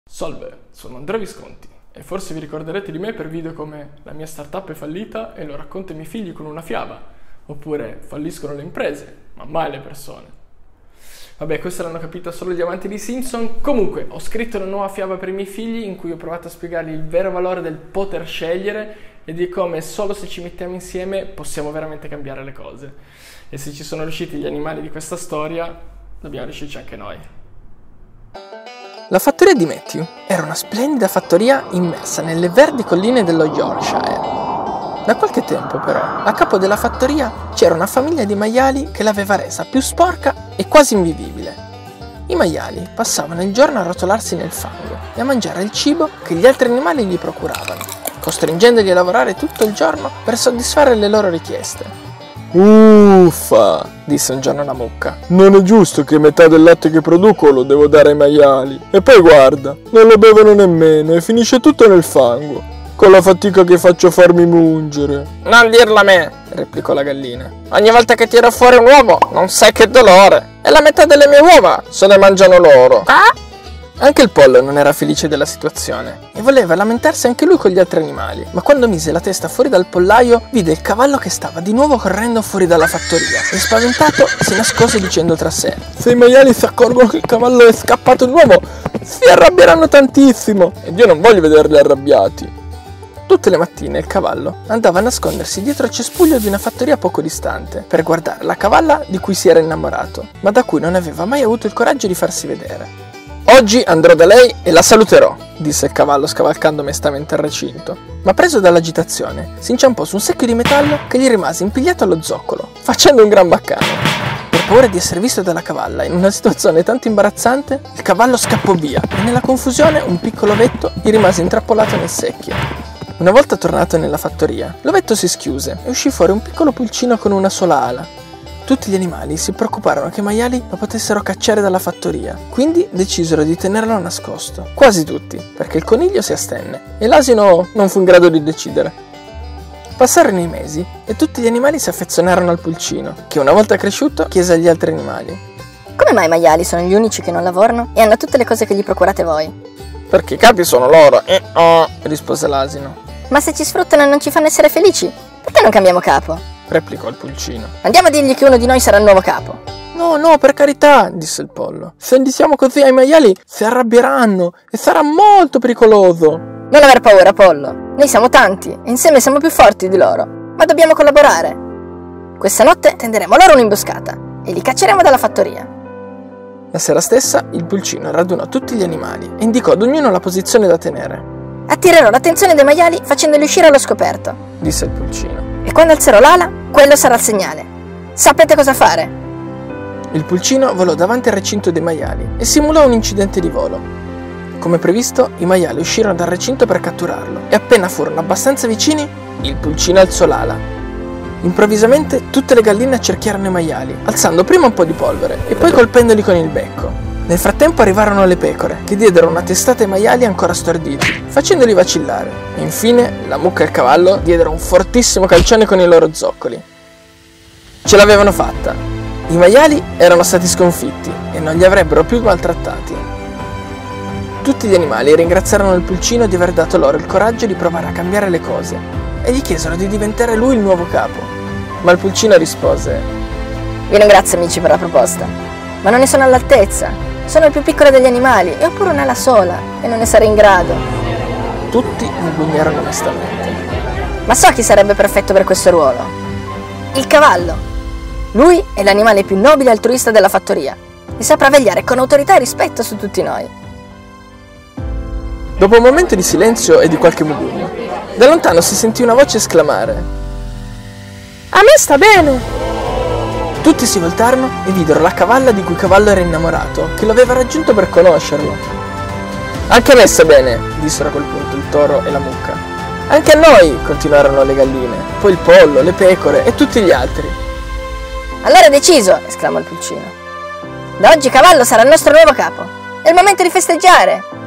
Salve, sono Andrea Visconti e forse vi ricorderete di me per video come la mia startup è fallita e lo racconto ai miei figli con una fiaba, oppure falliscono le imprese, ma mai le persone. Vabbè, questa l'hanno capita solo gli amanti di Simpson. Comunque, ho scritto una nuova fiaba per i miei figli in cui ho provato a spiegargli il vero valore del poter scegliere e di come solo se ci mettiamo insieme possiamo veramente cambiare le cose. E se ci sono riusciti gli animali di questa storia, dobbiamo riuscirci anche noi. La fattoria di Matthew era una splendida fattoria immersa nelle verdi colline dello Yorkshire. Da qualche tempo però, a capo della fattoria c'era una famiglia di maiali che l'aveva resa più sporca e quasi invivibile. I maiali passavano il giorno a rotolarsi nel fango e a mangiare il cibo che gli altri animali gli procuravano, costringendoli a lavorare tutto il giorno per soddisfare le loro richieste. Uffa, disse un giorno la mucca. Non è giusto che metà del latte che produco lo devo dare ai maiali. E poi guarda, non lo bevono nemmeno e finisce tutto nel fango, con la fatica che faccio a farmi mungere. Non dirlo a me, replicò la gallina. Ogni volta che tiro fuori un uovo, non sai che dolore. E la metà delle mie uova se le mangiano loro. Anche il pollo non era felice della situazione e voleva lamentarsi anche lui con gli altri animali, ma quando mise la testa fuori dal pollaio vide il cavallo che stava di nuovo correndo fuori dalla fattoria e spaventato si nascose dicendo tra sé: se i maiali si accorgono che il cavallo è scappato di nuovo si arrabbieranno tantissimo ed io non voglio vederli arrabbiati. Tutte le mattine il cavallo andava a nascondersi dietro il cespuglio di una fattoria poco distante per guardare la cavalla di cui si era innamorato, ma da cui non aveva mai avuto il coraggio di farsi vedere. Oggi andrò da lei e la saluterò, disse il cavallo scavalcando mestamente il recinto, ma preso dall'agitazione si inciampò su un secchio di metallo che gli rimase impigliato allo zoccolo, facendo un gran baccano. Per paura di essere visto dalla cavalla in una situazione tanto imbarazzante, il cavallo scappò via e nella confusione un piccolo ovetto gli rimase intrappolato nel secchio. Una volta tornato nella fattoria, l'ovetto si schiuse e uscì fuori un piccolo pulcino con una sola ala. Tutti gli animali si preoccuparono che i maiali lo potessero cacciare dalla fattoria, quindi decisero di tenerlo nascosto. Quasi tutti, perché il coniglio si astenne e l'asino non fu in grado di decidere. Passarono i mesi e tutti gli animali si affezionarono al pulcino, che una volta cresciuto chiese agli altri animali: come mai i maiali sono gli unici che non lavorano e hanno tutte le cose che gli procurate voi? Perché i capi sono loro, rispose l'asino. Ma se ci sfruttano e non ci fanno essere felici, perché non cambiamo capo? Replicò il pulcino. Andiamo a dirgli che uno di noi sarà il nuovo capo. No, per carità, disse il pollo. Se diciamo così ai maiali si arrabbieranno e sarà molto pericoloso. Non aver paura, pollo. Noi siamo tanti e insieme siamo più forti di loro, ma dobbiamo collaborare. Questa notte tenderemo loro un'imboscata e li cacceremo dalla fattoria. La sera stessa il pulcino radunò tutti gli animali e indicò ad ognuno la posizione da tenere. Attirerò l'attenzione dei maiali facendoli uscire allo scoperto, disse il pulcino. E quando alzerò l'ala, quello sarà il segnale. Sapete cosa fare? Il pulcino volò davanti al recinto dei maiali e simulò un incidente di volo. Come previsto, i maiali uscirono dal recinto per catturarlo e appena furono abbastanza vicini, il pulcino alzò l'ala. Improvvisamente tutte le galline accerchiarono i maiali, alzando prima un po' di polvere e poi colpendoli con il becco. Nel frattempo arrivarono le pecore, che diedero una testata ai maiali ancora storditi, facendoli vacillare. E infine la mucca e il cavallo diedero un fortissimo calcione con i loro zoccoli. Ce l'avevano fatta. I maiali erano stati sconfitti e non li avrebbero più maltrattati. Tutti gli animali ringraziarono il pulcino di aver dato loro il coraggio di provare a cambiare le cose e gli chiesero di diventare lui il nuovo capo. Ma il pulcino rispose: vi ringrazio amici per la proposta, ma non ne sono all'altezza. Sono il più piccolo degli animali e ho pure un'ala sola e non ne sarei in grado. Tutti mugugnarono onestamente. Ma so chi sarebbe perfetto per questo ruolo. Il cavallo. Lui è l'animale più nobile e altruista della fattoria e saprà vegliare con autorità e rispetto su tutti noi. Dopo un momento di silenzio e di qualche mugugno, da lontano si sentì una voce esclamare: a me sta bene! Tutti si voltarono e videro la cavalla di cui Cavallo era innamorato, che lo aveva raggiunto per conoscerlo. Anche a me sta bene, dissero a quel punto il toro e la mucca. Anche a noi, continuarono le galline, poi il pollo, le pecore e tutti gli altri. Allora è deciso, esclamò il pulcino. Da oggi Cavallo sarà il nostro nuovo capo. È il momento di festeggiare!